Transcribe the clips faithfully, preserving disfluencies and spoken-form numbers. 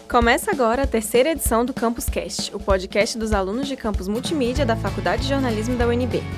Começa agora a terceira edição do Campus Cast, o podcast dos alunos de Campus Multimídia da Faculdade de Jornalismo da U N B.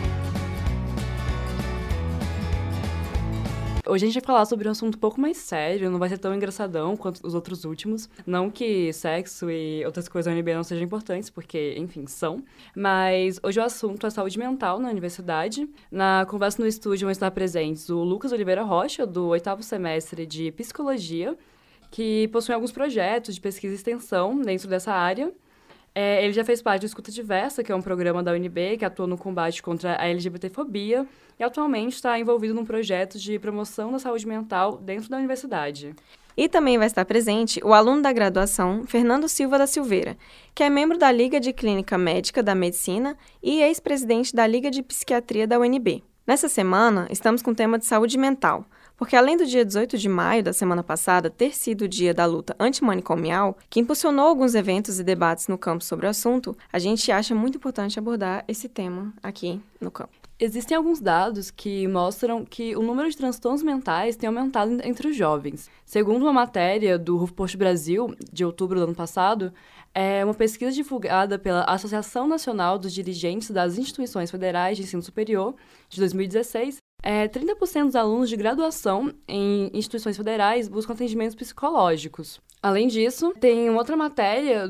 Hoje a gente vai falar sobre um assunto um pouco mais sério, não vai ser tão engraçadão quanto os outros últimos. Não que sexo e outras coisas da U N B não sejam importantes, porque, enfim, são. Mas hoje o assunto é saúde mental na universidade. Na conversa no estúdio vão estar presentes o Lucas Oliveira Rocha, do oitavo semestre de Psicologia, que possui alguns projetos de pesquisa e extensão dentro dessa área. É, ele já fez parte do Escuta Diversa, que é um programa da U N B que atua no combate contra a LGBTfobia e atualmente está envolvido num projeto de promoção da saúde mental dentro da universidade. E também vai estar presente o aluno da graduação, Fernando Silva da Silveira, que é membro da Liga de Clínica Médica da Medicina e ex-presidente da Liga de Psiquiatria da U N B. Nessa semana, estamos com o tema de saúde mental, porque além do dia dezoito de maio da semana passada ter sido o dia da luta antimanicomial, que impulsionou alguns eventos e debates no campus sobre o assunto, a gente acha muito importante abordar esse tema aqui no campus. Existem alguns dados que mostram que o número de transtornos mentais tem aumentado entre os jovens. Segundo uma matéria do HuffPost Brasil, de outubro do ano passado, é uma pesquisa divulgada pela Associação Nacional dos Dirigentes das Instituições Federais de Ensino Superior, de dois mil e dezesseis, é, trinta por cento dos alunos de graduação em instituições federais buscam atendimentos psicológicos. Além disso, tem outra matéria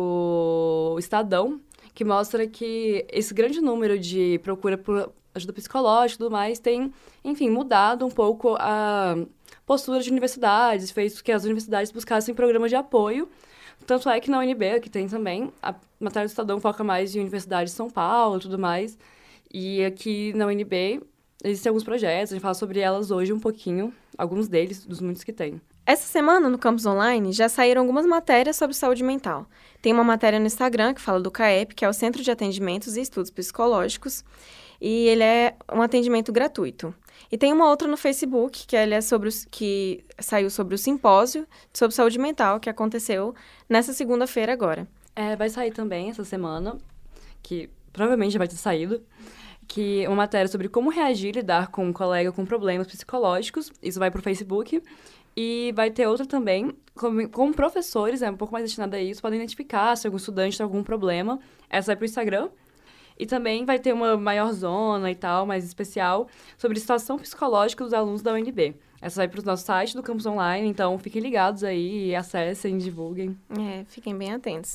do Estadão que mostra que esse grande número de procura por ajuda psicológica e tudo mais tem, enfim, mudado um pouco a postura de universidades, fez com que as universidades buscassem programas de apoio. Tanto é que na U N B, que tem também, a matéria do Estadão foca mais em Universidade de São Paulo e tudo mais. E aqui na U N B existem alguns projetos, a gente fala sobre elas hoje um pouquinho, alguns deles, dos muitos que tem. Essa semana, no Campus Online, já saíram algumas matérias sobre saúde mental. Tem uma matéria no Instagram que fala do CAEP, que é o Centro de Atendimentos e Estudos Psicológicos, e ele é um atendimento gratuito. E tem uma outra no Facebook, que, ele é sobre os, que saiu sobre o simpósio sobre saúde mental, que aconteceu nessa segunda-feira agora. É, vai sair também essa semana, que provavelmente já vai ter saído, que é uma matéria sobre como reagir e lidar com um colega com problemas psicológicos. Isso vai para o Facebook. E vai ter outra também, como, como professores, é um pouco mais destinada a isso, podem identificar se algum estudante tem algum problema. Essa vai para o Instagram. E também vai ter uma maior zona e tal, mais especial, sobre situação psicológica dos alunos da U N B. Essa vai para o nosso site do Campus Online, então fiquem ligados aí, acessem, divulguem. É, fiquem bem atentos.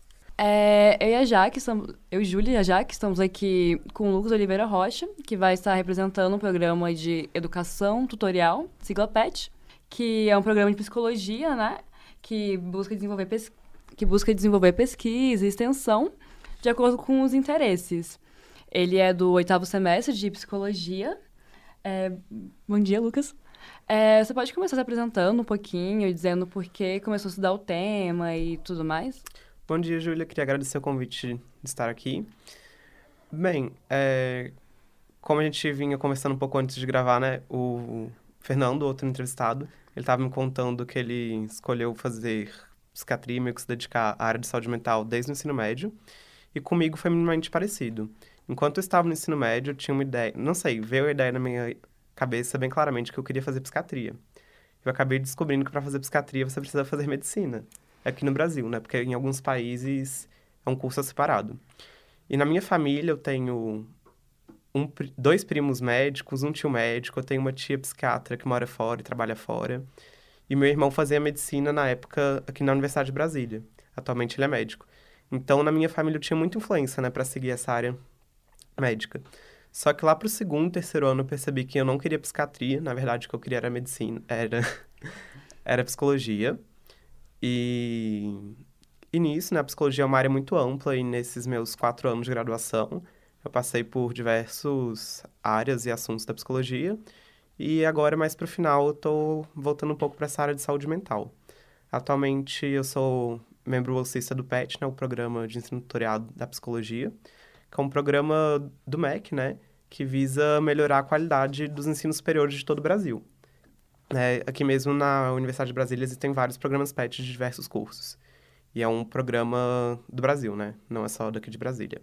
É, eu e a Jaque, estamos, eu, Júlia e a Jaque, estamos aqui com o Lucas Oliveira Rocha, que vai estar representando um programa de educação tutorial, sigla PET, que é um programa de psicologia, né, que busca desenvolver, pes... que busca desenvolver pesquisa e extensão de acordo com os interesses. Ele é do oitavo semestre de psicologia. É... Bom dia, Lucas. É, você pode começar se apresentando um pouquinho e dizendo por que começou a estudar o tema e tudo mais? Bom dia, Júlia. Queria agradecer o convite de estar aqui. Bem, é... como a gente vinha conversando um pouco antes de gravar, né, o Fernando, outro entrevistado, ele estava me contando que ele escolheu fazer psiquiatria e meio que se dedicar à área de saúde mental desde o ensino médio. E comigo foi minimamente parecido. Enquanto eu estava no ensino médio, eu tinha uma ideia... Não sei, veio a ideia na minha cabeça bem claramente que eu queria fazer psiquiatria. Eu acabei descobrindo que para fazer psiquiatria você precisa fazer medicina. Aqui no Brasil, né? Porque em alguns países é um curso separado. E na minha família eu tenho um, dois primos médicos, um tio médico, eu tenho uma tia psiquiatra que mora fora e trabalha fora. E meu irmão fazia medicina na época aqui na Universidade de Brasília. Atualmente ele é médico. Então, na minha família, eu tinha muita influência, né, para seguir essa área médica. Só que lá pro segundo, terceiro ano, eu percebi que eu não queria psiquiatria. Na verdade, o que eu queria era medicina, era, era psicologia. E, e nisso, né, a psicologia é uma área muito ampla. E nesses meus quatro anos de graduação, eu passei por diversas áreas e assuntos da psicologia. E agora, mais pro final, eu tô voltando um pouco para essa área de saúde mental. Atualmente, eu sou membro bolsista do PET, né, o Programa de Ensino Tutorial da Psicologia, que é um programa do M E C, né, que visa melhorar a qualidade dos ensinos superiores de todo o Brasil. É, aqui mesmo na Universidade de Brasília existem vários programas PET de diversos cursos. E é um programa do Brasil, né, não é só daqui de Brasília.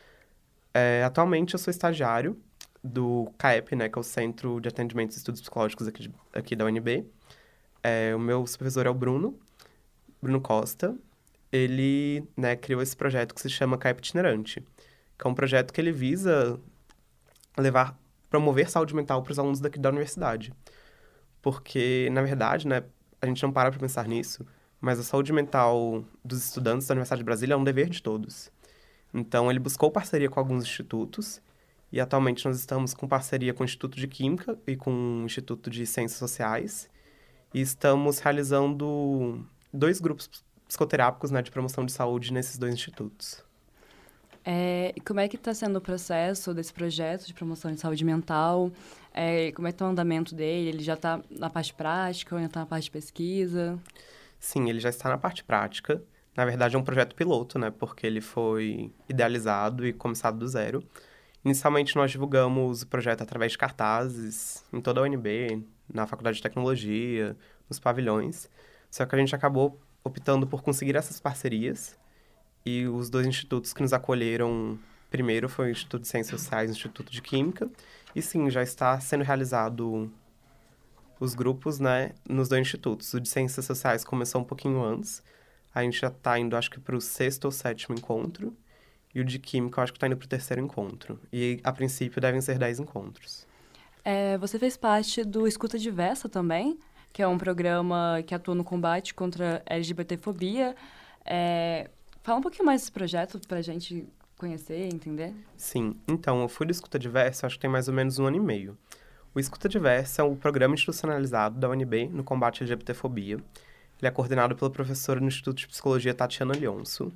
É, atualmente eu sou estagiário do CAEP, né, que é o Centro de Atendimento e Estudos Psicológicos aqui, de, aqui da U N B. É, o meu supervisor é o Bruno. Bruno Costa, ele, né, criou esse projeto que se chama C A I P Itinerante, que é um projeto que ele visa levar, promover saúde mental para os alunos daqui da universidade. Porque, na verdade, né, a gente não para para pensar nisso, mas a saúde mental dos estudantes da Universidade de Brasília é um dever de todos. Então, ele buscou parceria com alguns institutos, e atualmente nós estamos com parceria com o Instituto de Química e com o Instituto de Ciências Sociais, e estamos realizando dois grupos psicoterápicos, né, de promoção de saúde nesses dois institutos. É, e como é que está sendo o processo desse projeto de promoção de saúde mental? É, como é que está o andamento dele? Ele já está na parte prática ou ainda está na parte de pesquisa? Sim, ele já está na parte prática. Na verdade, é um projeto piloto, né? Porque ele foi idealizado e começado do zero. Inicialmente, nós divulgamos o projeto através de cartazes em toda a U N B, na Faculdade de Tecnologia, nos pavilhões. Só que a gente acabou optando por conseguir essas parcerias. E os dois institutos que nos acolheram primeiro foi o Instituto de Ciências Sociais e o Instituto de Química. E sim, já está sendo realizado os grupos, né, nos dois institutos. O de Ciências Sociais começou um pouquinho antes. A gente já está indo, acho que, para o sexto ou sétimo encontro. E o de Química, eu acho que está indo para o terceiro encontro. E, a princípio, devem ser dez encontros. É, você fez parte do Escuta Diversa também, que é um programa que atua no combate contra a LGBTfobia. É, fala um pouquinho mais desse projeto para a gente conhecer, entender. Sim. Então, eu fui do Escuta Diversa, acho que tem mais ou menos um ano e meio. O Escuta Diversa é um programa institucionalizado da U N B no combate à LGBTfobia. Ele é coordenado pela professora no Instituto de Psicologia Tatiana Leonço.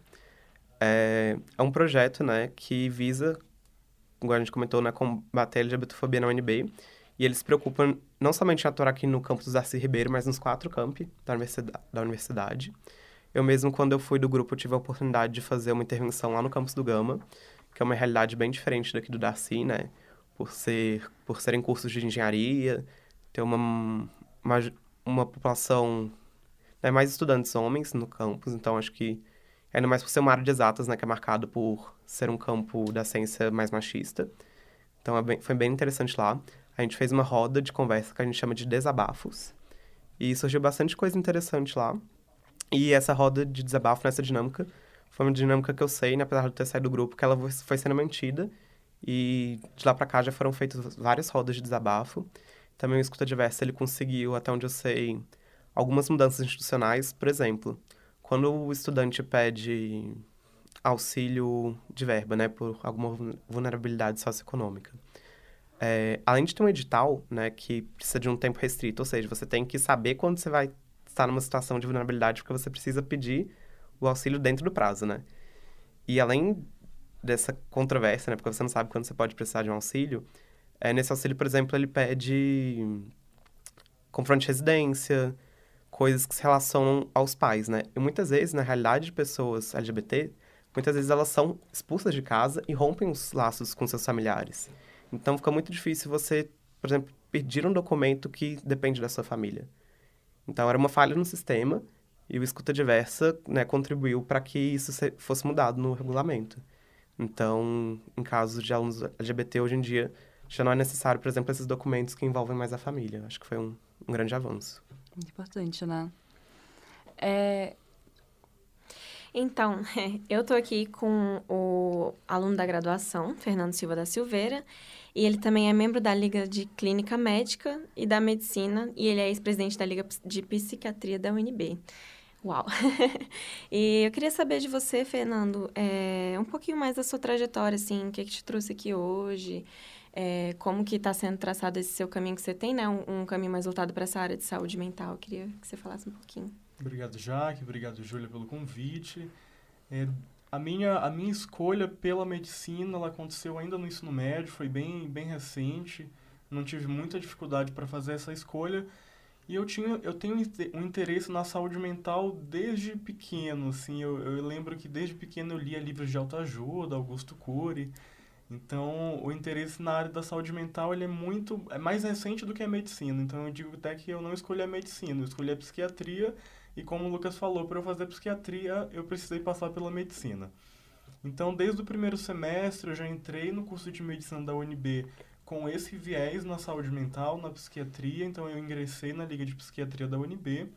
É, é um projeto, né, que visa, como a gente comentou, né, combater a LGBTfobia na U N B. E ele se preocupa não somente em atuar aqui no campus Darcy Ribeiro, mas nos quatro campi da universidade. Da universidade. Eu mesmo, quando eu fui do grupo, tive a oportunidade de fazer uma intervenção lá no campus do Gama, que é uma realidade bem diferente daqui do Darcy, né? Por, ser, por serem cursos de engenharia, ter uma, uma, uma população, né, mais estudantes homens no campus, então acho que, ainda mais por ser uma área de exatas, né, que é marcado por ser um campo da ciência mais machista. Então é bem, foi bem interessante lá. A gente fez uma roda de conversa que a gente chama de desabafos, e surgiu bastante coisa interessante lá. E essa roda de desabafo, nessa dinâmica, foi uma dinâmica que eu sei, né, apesar de eu ter saído do grupo, que ela foi sendo mantida. E de lá pra cá já foram feitas várias rodas de desabafo. Também o Escuta Diversa, ele conseguiu, até onde eu sei, algumas mudanças institucionais. Por exemplo, quando o estudante pede auxílio de verba, né, por alguma vulnerabilidade socioeconômica, é, além de ter um edital, né, que precisa de um tempo restrito, ou seja, você tem que saber quando você vai estar numa situação de vulnerabilidade, porque você precisa pedir o auxílio dentro do prazo, né? E além dessa controvérsia, né, porque você não sabe quando você pode precisar de um auxílio, é, nesse auxílio, por exemplo, ele pede confronto de residência, coisas que se relacionam aos pais, né? E muitas vezes, na realidade de pessoas L G B T, muitas vezes elas são expulsas de casa e rompem os laços com seus familiares. Então, fica muito difícil você, por exemplo, pedir um documento que depende da sua família. Então, era uma falha no sistema e o Escuta Diversa, né, contribuiu para que isso fosse mudado no regulamento. Então, em casos de alunos L G B T, hoje em dia, já não é necessário, por exemplo, esses documentos que envolvem mais a família. Acho que foi um, um grande avanço. Muito importante, né? É... Então, eu tô aqui com o aluno da graduação, Fernando Silva da Silveira, e ele também é membro da Liga de Clínica Médica e da Medicina, e ele é ex-presidente da Liga de Psiquiatria da U N B. Uau! E eu queria saber de você, Fernando, é, um pouquinho mais da sua trajetória, assim, o que, que te trouxe aqui hoje, é, como que está sendo traçado esse seu caminho que você tem, né? Um, um caminho mais voltado para essa área de saúde mental. Eu queria que você falasse um pouquinho. Obrigado, Jaque. Obrigado, Júlia, pelo convite. É, a, minha, a minha escolha pela medicina, ela aconteceu ainda no ensino médio, foi bem, bem recente. Não tive muita dificuldade para fazer essa escolha. E eu, tinha, eu tenho um interesse na saúde mental desde pequeno, assim. Eu, eu lembro que desde pequeno eu lia livros de autoajuda, Augusto Cury. Então, o interesse na área da saúde mental, ele é muito... é mais recente do que a medicina. Então, eu digo até que eu não escolhi a medicina, eu escolhi a psiquiatria. E como o Lucas falou, para eu fazer psiquiatria, eu precisei passar pela medicina. Então, desde o primeiro semestre, eu já entrei no curso de medicina da U N B com esse viés na saúde mental, na psiquiatria. Então, eu ingressei na Liga de Psiquiatria da U N B.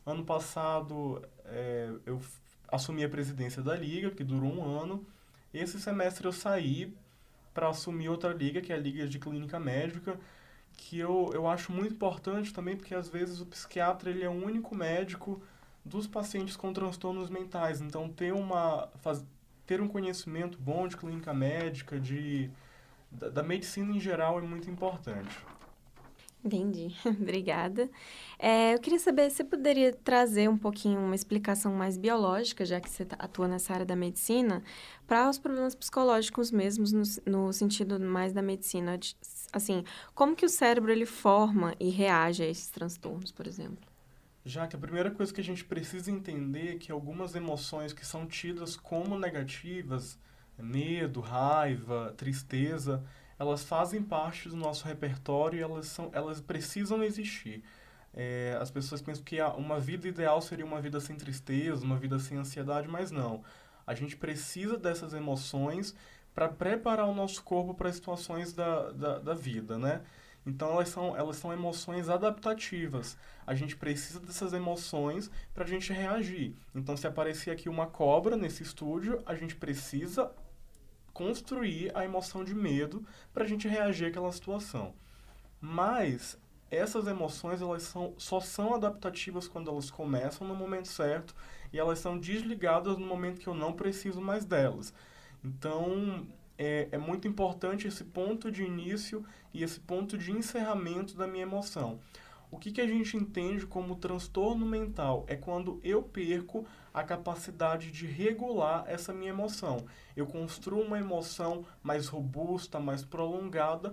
Ano passado, é, eu assumi a presidência da Liga, que durou um ano. Esse semestre eu saí para assumir outra liga, que é a Liga de Clínica Médica, que eu, eu acho muito importante também, porque às vezes o psiquiatra ele é o único médico dos pacientes com transtornos mentais. Então, ter, uma, faz, ter um conhecimento bom de clínica médica, de, da, da medicina em geral, é muito importante. Entendi. Obrigada. É, eu queria saber, você poderia trazer um pouquinho uma explicação mais biológica, já que você atua nessa área da medicina, para os problemas psicológicos mesmos, no, no sentido mais da medicina. De, assim, como que o cérebro ele forma e reage a esses transtornos, por exemplo? Já que a primeira coisa que a gente precisa entender é que algumas emoções que são tidas como negativas, medo, raiva, tristeza, elas fazem parte do nosso repertório e elas, são, elas precisam existir. É, as pessoas pensam que uma vida ideal seria uma vida sem tristeza, uma vida sem ansiedade, mas não. A gente precisa dessas emoções para preparar o nosso corpo para as situações da, da, da vida, né? Então, elas são, elas são emoções adaptativas. A gente precisa dessas emoções para a gente reagir. Então, se aparecer aqui uma cobra nesse estúdio, a gente precisa construir a emoção de medo para a gente reagir àquela situação. Mas essas emoções elas são, só são adaptativas quando elas começam no momento certo e elas são desligadas no momento que eu não preciso mais delas. Então, é, é muito importante esse ponto de início e esse ponto de encerramento da minha emoção. O que, que a gente entende como transtorno mental? É quando eu perco a capacidade de regular essa minha emoção. Eu construo uma emoção mais robusta, mais prolongada,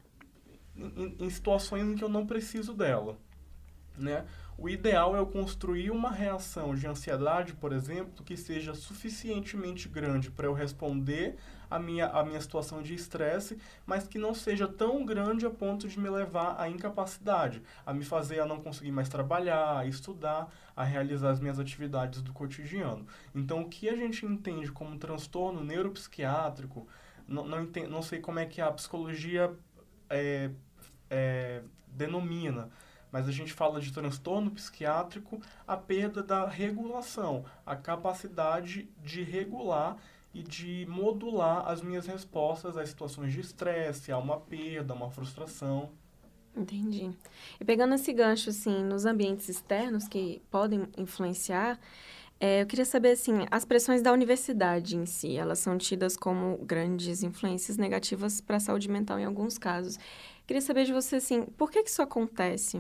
em, em situações em que eu não preciso dela, né? O ideal é eu construir uma reação de ansiedade, por exemplo, que seja suficientemente grande para eu responder a minha, a minha situação de estresse, mas que não seja tão grande a ponto de me levar à incapacidade, a me fazer a não conseguir mais trabalhar, a estudar, a realizar as minhas atividades do cotidiano. Então, o que a gente entende como transtorno neuropsiquiátrico, não, não, entendo, não sei como é que a psicologia é, é, denomina, mas a gente fala de transtorno psiquiátrico, a perda da regulação, a capacidade de regular e de modular as minhas respostas às situações de estresse, a uma perda, a uma frustração. Entendi. E pegando esse gancho, assim, nos ambientes externos que podem influenciar, é, eu queria saber, assim, as pressões da universidade em si, elas são tidas como grandes influências negativas para a saúde mental em alguns casos. Queria saber de você, assim, por que que isso acontece?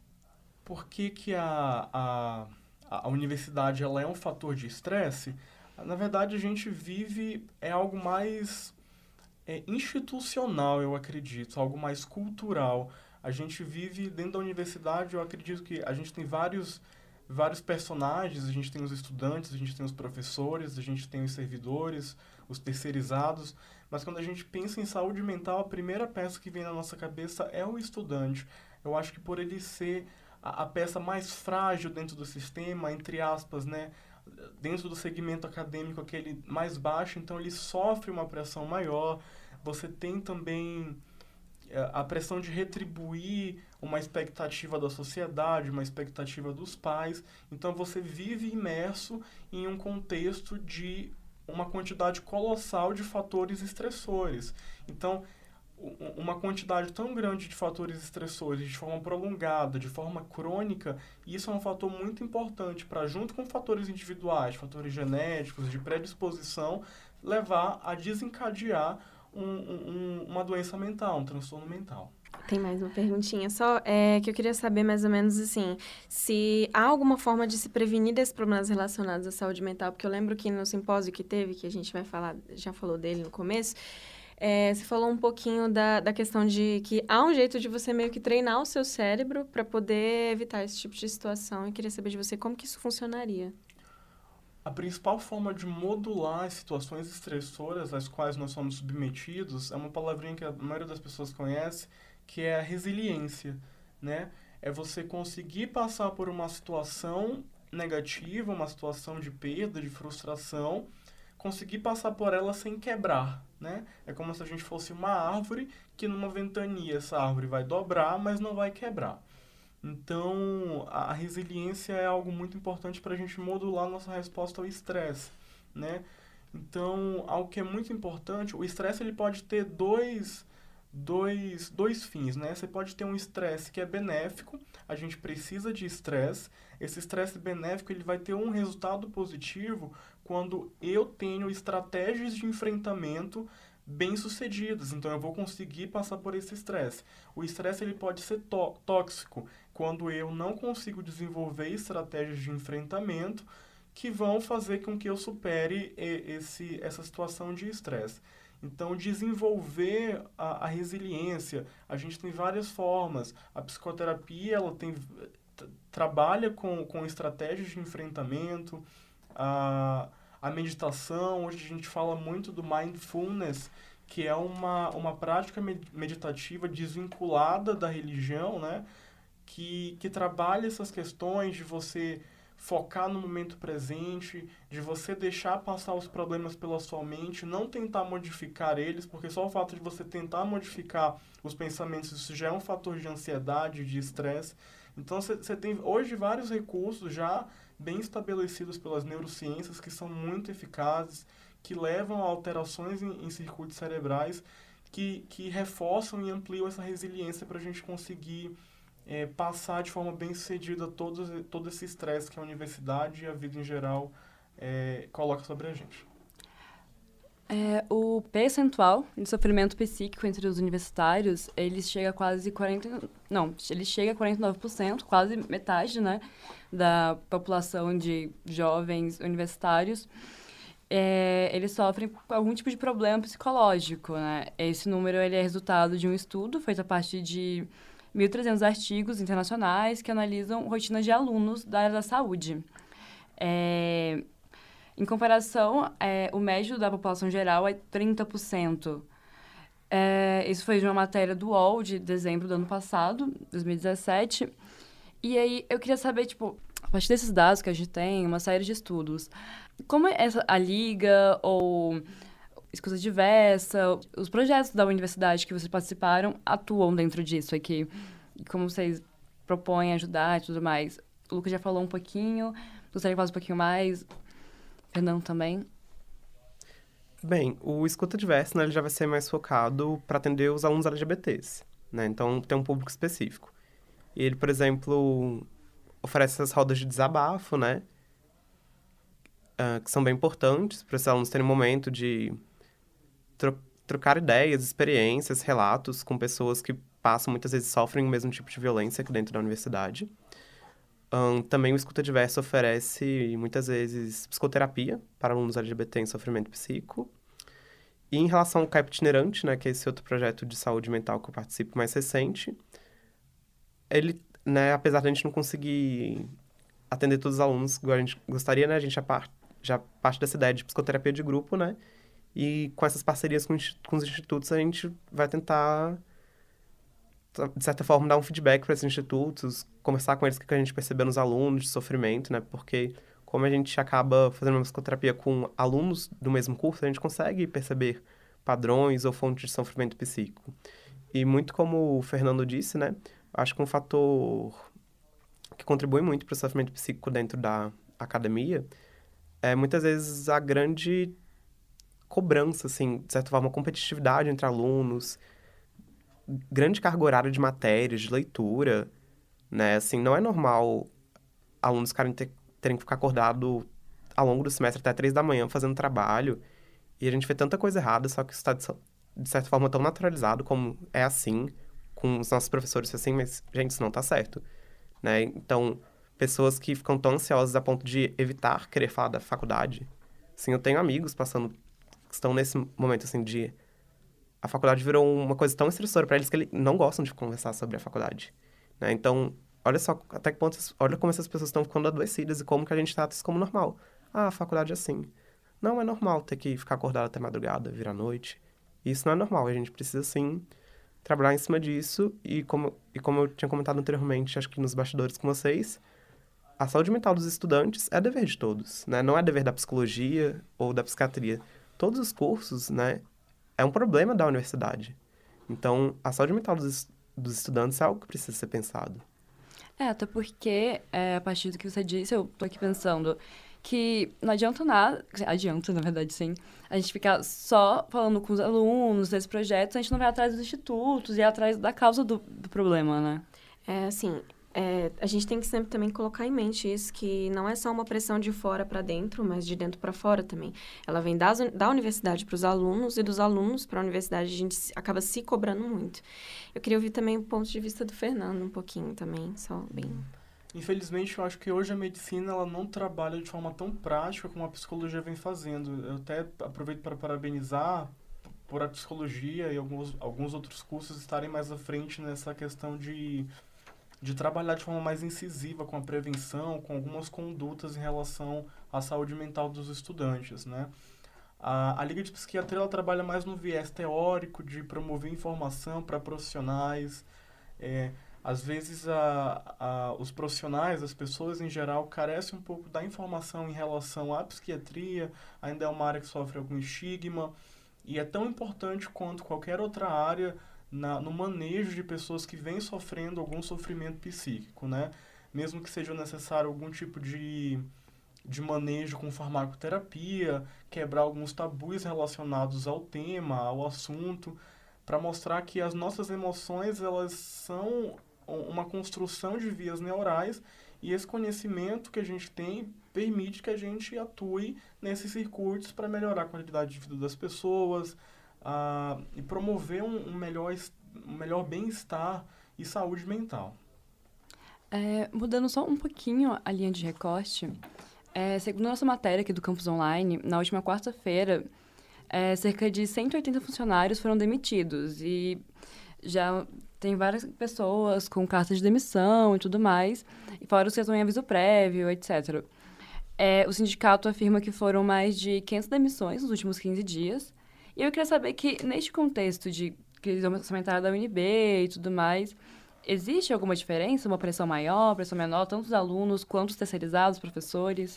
Por que que a, a, a universidade ela é um fator de estresse? Na verdade, a gente vive é algo mais é, institucional, eu acredito, algo mais cultural. A gente vive dentro da universidade, eu acredito que a gente tem vários, vários personagens, a gente tem os estudantes, a gente tem os professores, a gente tem os servidores, os terceirizados, mas quando a gente pensa em saúde mental, a primeira peça que vem na nossa cabeça é o estudante. Eu acho que por ele ser a, a peça mais frágil dentro do sistema, entre aspas, né? Dentro do segmento acadêmico, aquele mais baixo, então ele sofre uma pressão maior. Você tem também a pressão de retribuir uma expectativa da sociedade, uma expectativa dos pais. Então, você vive imerso em um contexto de uma quantidade colossal de fatores estressores. Então, uma quantidade tão grande de fatores estressores de forma prolongada, de forma crônica, isso é um fator muito importante para, junto com fatores individuais, fatores genéticos, de predisposição, levar a desencadear um, um, uma doença mental, um transtorno mental. Tem mais uma perguntinha só, é, que eu queria saber mais ou menos assim, se há alguma forma de se prevenir desses problemas relacionados à saúde mental, porque eu lembro que no simpósio que teve, que a gente vai falar, já falou dele no começo, É, você falou um pouquinho da, da questão de que há um jeito de você meio que treinar o seu cérebro para poder evitar esse tipo de situação. E queria saber de você como que isso funcionaria. A principal forma de modular as situações estressoras às quais nós somos submetidos é uma palavrinha que a maioria das pessoas conhece, que é a resiliência, né? É você conseguir passar por uma situação negativa, uma situação de perda, de frustração, conseguir passar por ela sem quebrar, né? É como se a gente fosse uma árvore que numa ventania essa árvore vai dobrar, mas não vai quebrar. Então, a resiliência é algo muito importante para a gente modular nossa resposta ao estresse, né? Então, algo que é muito importante, o estresse ele pode ter dois, dois, dois fins, né? Você pode ter um estresse que é benéfico, a gente precisa de estresse. Esse estresse benéfico ele vai ter um resultado positivo quando eu tenho estratégias de enfrentamento bem-sucedidas. Então, eu vou conseguir passar por esse estresse. O estresse ele pode ser tó- tóxico quando eu não consigo desenvolver estratégias de enfrentamento que vão fazer com que eu supere esse, essa situação de estresse. Então, desenvolver a, a resiliência, a gente tem várias formas. A psicoterapia, ela tem, t- trabalha com, com estratégias de enfrentamento, a, a meditação, hoje a gente fala muito do mindfulness, que é uma, uma prática meditativa desvinculada da religião, né? Que, que trabalha essas questões de você focar no momento presente, de você deixar passar os problemas pela sua mente, não tentar modificar eles, porque só o fato de você tentar modificar os pensamentos, isso já é um fator de ansiedade, de estresse. Então, você tem hoje vários recursos já bem estabelecidos pelas neurociências que são muito eficazes, que levam a alterações em, em circuitos cerebrais que, que reforçam e ampliam essa resiliência para a gente conseguir É, passar de forma bem sucedida todo, todo esse estresse que a universidade e a vida em geral é, coloca sobre a gente. É, o percentual de sofrimento psíquico entre os universitários, ele chega a quase quarenta... Não, ele chega a quarenta e nove por cento, quase metade, né, da população de jovens universitários. É, eles sofrem com algum tipo de problema psicológico, né? Esse número ele é resultado de um estudo feito a partir de mil e trezentos artigos internacionais que analisam rotinas de alunos da área da saúde. É, em comparação, é, o médio da população geral é trinta por cento. É, isso foi de uma matéria do U O L de dezembro do ano passado, dois mil e dezessete. E aí, eu queria saber, tipo, a partir desses dados que a gente tem, uma série de estudos, como é essa, a Liga ou Escuta Diversa, os projetos da universidade que vocês participaram atuam dentro disso aqui? E como vocês propõem ajudar e tudo mais? O Lucas já falou um pouquinho, gostaria que falasse um pouquinho mais. Fernando também. Bem, o Escuta Diversa, né, ele já vai ser mais focado para atender os alunos L G B T s, né? Então, tem um público específico. E ele, por exemplo, oferece essas rodas de desabafo, né? Uh, que são bem importantes para os alunos terem um momento de tro- trocar ideias, experiências, relatos com pessoas que passam, muitas vezes sofrem o mesmo tipo de violência aqui dentro da universidade. Um, também o Escuta Diversa oferece, muitas vezes, psicoterapia para alunos L G B T em sofrimento psíquico. E em relação ao C A I P Itinerante, né, que é esse outro projeto de saúde mental que eu participo mais recente, ele, né, apesar de a gente não conseguir atender todos os alunos igual a gente gostaria, né, a gente já, par- já parte dessa ideia de psicoterapia de grupo, né, e com essas parcerias com, com os institutos a gente vai tentar, de certa forma, dar um feedback para esses institutos, conversar com eles o que a gente percebeu nos alunos de sofrimento, né, porque como a gente acaba fazendo uma psicoterapia com alunos do mesmo curso, a gente consegue perceber padrões ou fontes de sofrimento psíquico. E muito como o Fernando disse, né, acho que um fator que contribui muito para o sofrimento psíquico dentro da academia é muitas vezes a grande cobrança, assim, de certa forma, competitividade entre alunos, grande carga horária de matérias, de leitura, né? Assim, não é normal alunos ficarem ter, terem que ficar acordado ao longo do semestre até três da manhã fazendo trabalho, e a gente vê tanta coisa errada, só que isso está, de, de certa forma, tão naturalizado como é assim, com os nossos professores assim, mas, gente, isso não tá certo, né? Então, pessoas que ficam tão ansiosas a ponto de evitar querer falar da faculdade. Assim, eu tenho amigos passando, que estão nesse momento, assim, de... A faculdade virou uma coisa tão estressora para eles que eles não gostam de conversar sobre a faculdade, né? Então, olha só até que ponto... Olha como essas pessoas estão ficando adoecidas e como que a gente trata isso como normal. Ah, a faculdade é assim. Não é normal ter que ficar acordado até madrugada, virar noite. Isso não é normal. A gente precisa, sim, trabalhar em cima disso. E como, e como eu tinha comentado anteriormente, acho que nos bastidores com vocês, a saúde mental dos estudantes é dever de todos, né? Não é dever da psicologia ou da psiquiatria. Todos os cursos, né, é um problema da universidade. Então, a saúde mental dos, dos estudantes é algo que precisa ser pensado. É, até porque, é, a partir do que você disse, eu tô aqui pensando que não adianta nada, adianta, na verdade, sim, a gente ficar só falando com os alunos desses projetos, a gente não vai atrás dos institutos e atrás da causa do, do problema, né? É, assim, é, a gente tem que sempre também colocar em mente isso, que não é só uma pressão de fora para dentro, mas de dentro para fora também. Ela vem das, da universidade para os alunos e dos alunos para a universidade, a gente acaba se cobrando muito. Eu queria ouvir também o ponto de vista do Fernando um pouquinho também, só bem... Infelizmente, eu acho que hoje a medicina ela não trabalha de forma tão prática como a psicologia vem fazendo. Eu até aproveito para parabenizar por a psicologia e alguns, alguns outros cursos estarem mais à frente nessa questão de, de trabalhar de forma mais incisiva com a prevenção, com algumas condutas em relação à saúde mental dos estudantes, né? A, a Liga de Psiquiatria ela trabalha mais no viés teórico de promover informação para profissionais. É, às vezes, a, a, os profissionais, as pessoas em geral, carecem um pouco da informação em relação à psiquiatria, ainda é uma área que sofre algum estigma, e é tão importante quanto qualquer outra área na, no manejo de pessoas que vêm sofrendo algum sofrimento psíquico, né? Mesmo que seja necessário algum tipo de, de manejo com farmacoterapia, quebrar alguns tabus relacionados ao tema, ao assunto, para mostrar que as nossas emoções, elas são uma construção de vias neurais e esse conhecimento que a gente tem permite que a gente atue nesses circuitos para melhorar a qualidade de vida das pessoas uh, e promover um, um melhor, um melhor bem-estar e saúde mental. É, mudando só um pouquinho a linha de recorte, é, segundo a nossa matéria aqui do Campus Online, na última quarta-feira, é, cerca de cento e oitenta funcionários foram demitidos e já tem várias pessoas com cartas de demissão e tudo mais, e fora os que estão em aviso prévio, etcétera. É, o sindicato afirma que foram mais de quinhentas demissões nos últimos quinze dias, e eu queria saber que, neste contexto de crise orçamentária da U N B e tudo mais, existe alguma diferença, uma pressão maior, pressão menor, tanto os alunos quanto os terceirizados, professores?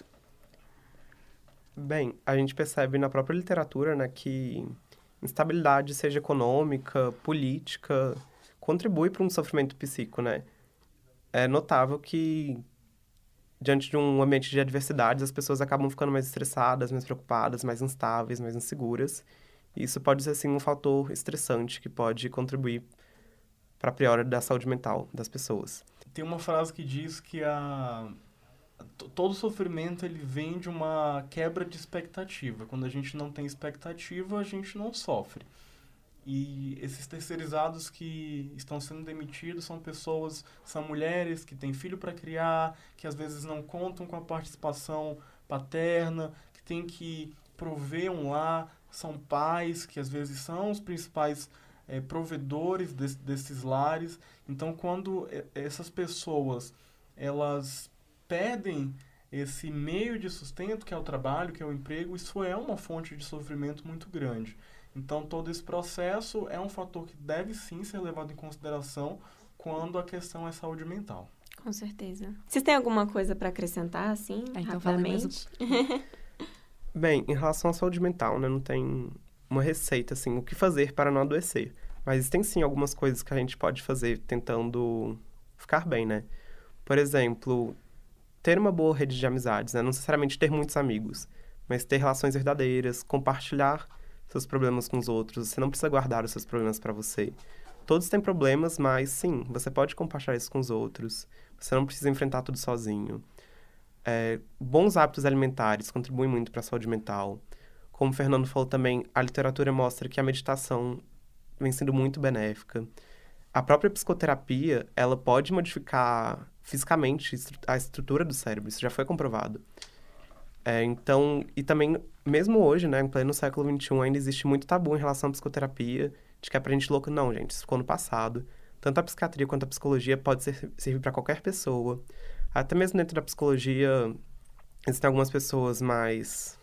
Bem, a gente percebe na própria literatura, né, que instabilidade, seja econômica, política, contribui para um sofrimento psíquico, né? É notável que, diante de um ambiente de adversidades, as pessoas acabam ficando mais estressadas, mais preocupadas, mais instáveis, mais inseguras. E isso pode ser, sim, um fator estressante que pode contribuir para a piora da saúde mental das pessoas. Tem uma frase que diz que a... todo sofrimento ele vem de uma quebra de expectativa. Quando a gente não tem expectativa, a gente não sofre. E esses terceirizados que estão sendo demitidos são pessoas, são mulheres que têm filho para criar, que às vezes não contam com a participação paterna, que têm que prover um lar, são pais que às vezes são os principais é, provedores de, desses lares. Então, quando essas pessoas elas perdem esse meio de sustento, que é o trabalho, que é o emprego, isso é uma fonte de sofrimento muito grande. Então, todo esse processo é um fator que deve, sim, ser levado em consideração quando a questão é saúde mental. Com certeza. Vocês têm alguma coisa para acrescentar, assim, ah, então rapidamente? Bem, em relação à saúde mental, né, não tem uma receita, assim, o que fazer para não adoecer. Mas tem, sim, algumas coisas que a gente pode fazer tentando ficar bem, né? Por exemplo, ter uma boa rede de amizades, né? Não necessariamente ter muitos amigos, mas ter relações verdadeiras, compartilhar seus problemas com os outros. Você não precisa guardar os seus problemas para você. Todos têm problemas, mas sim, você pode compartilhar isso com os outros. Você não precisa enfrentar tudo sozinho. É, bons hábitos alimentares contribuem muito para a saúde mental. Como o Fernando falou também, a literatura mostra que a meditação vem sendo muito benéfica. A própria psicoterapia, ela pode modificar fisicamente a estrutura do cérebro, isso já foi comprovado. É, então, e também, mesmo hoje, né, em pleno século vinte e um, ainda existe muito tabu em relação à psicoterapia, de que é pra gente louco. Não, gente, isso ficou no passado. Tanto a psiquiatria quanto a psicologia pode ser, servir para qualquer pessoa. Até mesmo dentro da psicologia, existem algumas pessoas mais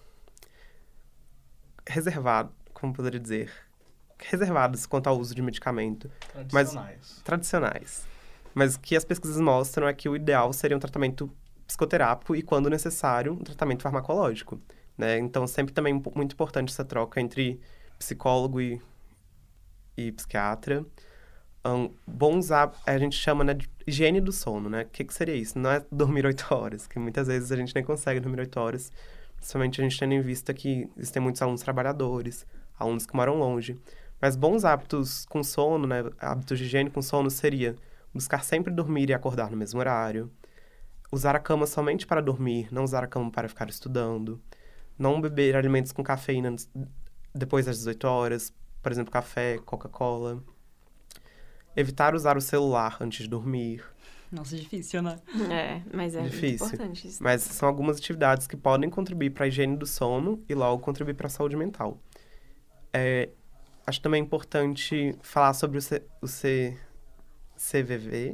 reservadas, como poderia dizer, reservadas quanto ao uso de medicamento. Tradicionais. Mas, tradicionais. Mas o que as pesquisas mostram é que o ideal seria um tratamento psicoterápico e, quando necessário, um tratamento farmacológico, né? Então, sempre também muito importante essa troca entre psicólogo e, e psiquiatra. Um, bons hábitos, a gente chama, né, de higiene do sono, né? O que, que seria isso? Não é dormir oito horas, que muitas vezes a gente nem consegue dormir oito horas, principalmente a gente tendo em vista que existem muitos alunos trabalhadores, alunos que moram longe. Mas bons hábitos com sono, né? Hábitos de higiene com sono seria buscar sempre dormir e acordar no mesmo horário, usar a cama somente para dormir, não usar a cama para ficar estudando, não beber alimentos com cafeína depois das dezoito horas, por exemplo, café, Coca-Cola. Evitar usar o celular antes de dormir. Nossa, difícil, né? É, mas é Difícil. muito importante isso. Mas são algumas atividades que podem contribuir para a higiene do sono e logo contribuir para a saúde mental. É, acho também importante falar sobre o, C, o C, CVV.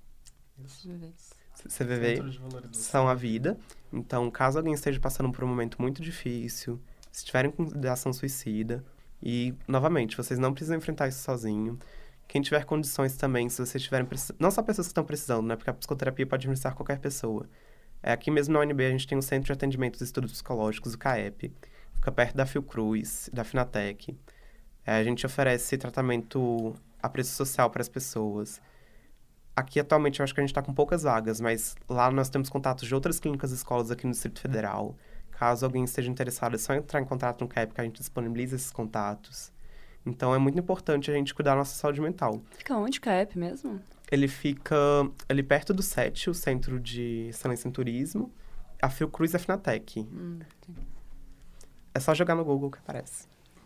C V V são a vida. Então, caso alguém esteja passando por um momento muito difícil, se tiverem com ideação suicida, e, novamente, vocês não precisam enfrentar isso sozinho. Quem tiver condições também, se vocês tiverem... Precis... Não só pessoas que estão precisando, né? Porque a psicoterapia pode administrar qualquer pessoa. É, aqui mesmo na U N B, a gente tem um Centro de Atendimento dos Estudos Psicológicos, o CAEP. Fica perto da Fiocruz, da Finatec. É, a gente oferece tratamento a preço social para as pessoas. Aqui, atualmente, eu acho que a gente está com poucas vagas, mas lá nós temos contatos de outras clínicas e escolas aqui no Distrito Federal. Caso alguém esteja interessado, é só entrar em contato no CAEP que a gente disponibiliza esses contatos. Então, é muito importante a gente cuidar da nossa saúde mental. Fica onde o CAEP mesmo? Ele fica ali perto do S E T, o Centro de Excelência em Turismo, a Fiocruz e a Finatec. Hum, é só jogar no Google que aparece.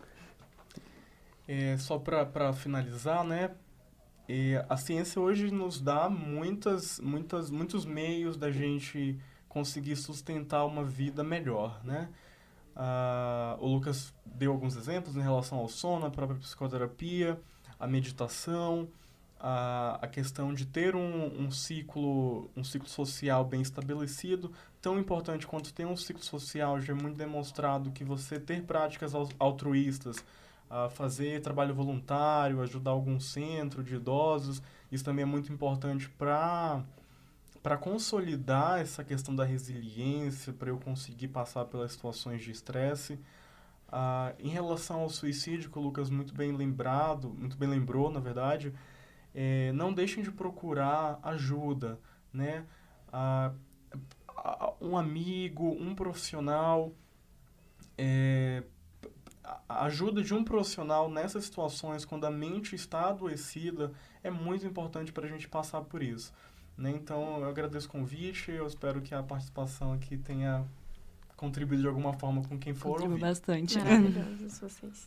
É, só para finalizar, né? É, a ciência hoje nos dá muitas, muitas, muitos meios da gente conseguir sustentar uma vida melhor, né? Ah, o Lucas deu alguns exemplos em relação ao sono, a própria psicoterapia, a meditação, a, a questão de ter um, um, ciclo, um ciclo social bem estabelecido. Tão importante quanto ter um ciclo social, já é muito demonstrado que você ter práticas altruístas, a fazer trabalho voluntário, ajudar algum centro de idosos, isso também é muito importante para para consolidar essa questão da resiliência, para eu conseguir passar pelas situações de estresse. Ah, em relação ao suicídio, que o Lucas muito bem lembrado, muito bem lembrou, na verdade, é, não deixem de procurar ajuda, né? Ah, um amigo, um profissional, é, a ajuda de um profissional nessas situações, quando a mente está adoecida, é muito importante para a gente passar por isso. Né? Então, eu agradeço o convite, eu espero que a participação aqui tenha contribuído de alguma forma com quem for Contribui ouvir. bastante. Maravilhosos vocês.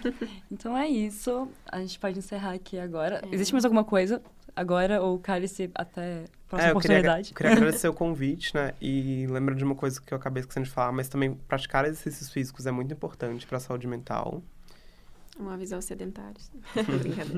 Então é isso, a gente pode encerrar aqui agora. É. Existe mais alguma coisa agora ou cálice até a próxima É, eu queria, oportunidade? eu queria agradecer o convite, né? E lembro de uma coisa que eu acabei esquecendo de falar, mas também praticar exercícios físicos é muito importante para a saúde mental. Vamos avisar os sedentários. Brincadeira.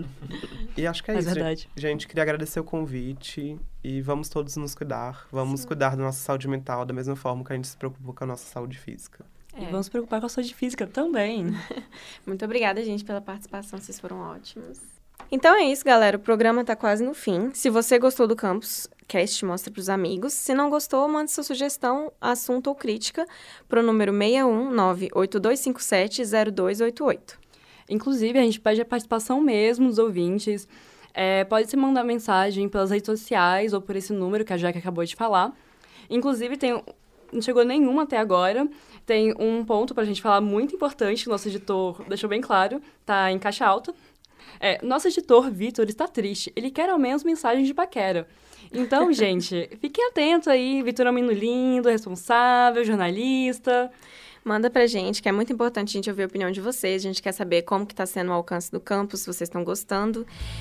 E acho que é Mas isso, verdade. gente. Gente, queria agradecer o convite e vamos todos nos cuidar. Vamos Sim. cuidar da nossa saúde mental da mesma forma que a gente se preocupa com a nossa saúde física. E É. vamos se preocupar com a saúde física também. Muito obrigada, gente, pela participação. Vocês foram ótimos. Então é isso, galera. O programa tá quase no fim. Se você gostou do Campus Cast, mostra pros amigos. Se não gostou, mande sua sugestão, assunto ou crítica pro número seis um nove oito dois cinco sete zero dois oito oito. Inclusive, a gente pede a participação mesmo dos ouvintes. É, pode se mandar mensagem pelas redes sociais ou por esse número que a Jaque acabou de falar. Inclusive, tem, não chegou nenhuma até agora. Tem um ponto pra gente falar muito importante, que o nosso editor deixou bem claro, tá em caixa alta. É, nosso editor, Vitor, está triste. Ele quer ao menos mensagens de paquera. Então, gente, fiquem atentos aí. Vitor é um menino lindo, responsável, jornalista. Manda pra gente, que é muito importante a gente ouvir a opinião de vocês. A gente quer saber como que tá sendo o alcance do campus, se vocês estão gostando.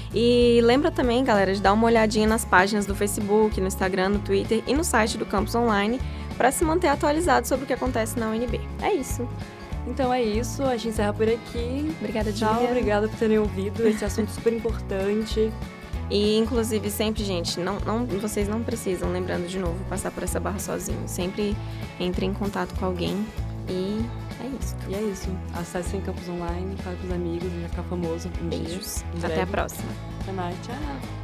E lembra também, galera, de dar uma olhadinha nas páginas do Facebook, no Instagram, no Twitter e no site do Campus Online para se manter atualizado sobre o que acontece na U N B. É isso. Então é isso, a gente encerra por aqui. Obrigada, Tchau, Julia. obrigada por terem ouvido esse assunto super importante. E, inclusive, sempre, gente, não, não, vocês não precisam, lembrando de novo, passar por essa barra sozinho. Sempre entre em contato com alguém. E é isso. E é isso. Acessem Campus Online, fale com os amigos, vai ficar famoso um Beijos. dia. Em Até breve. a próxima. Até mais. Tchau.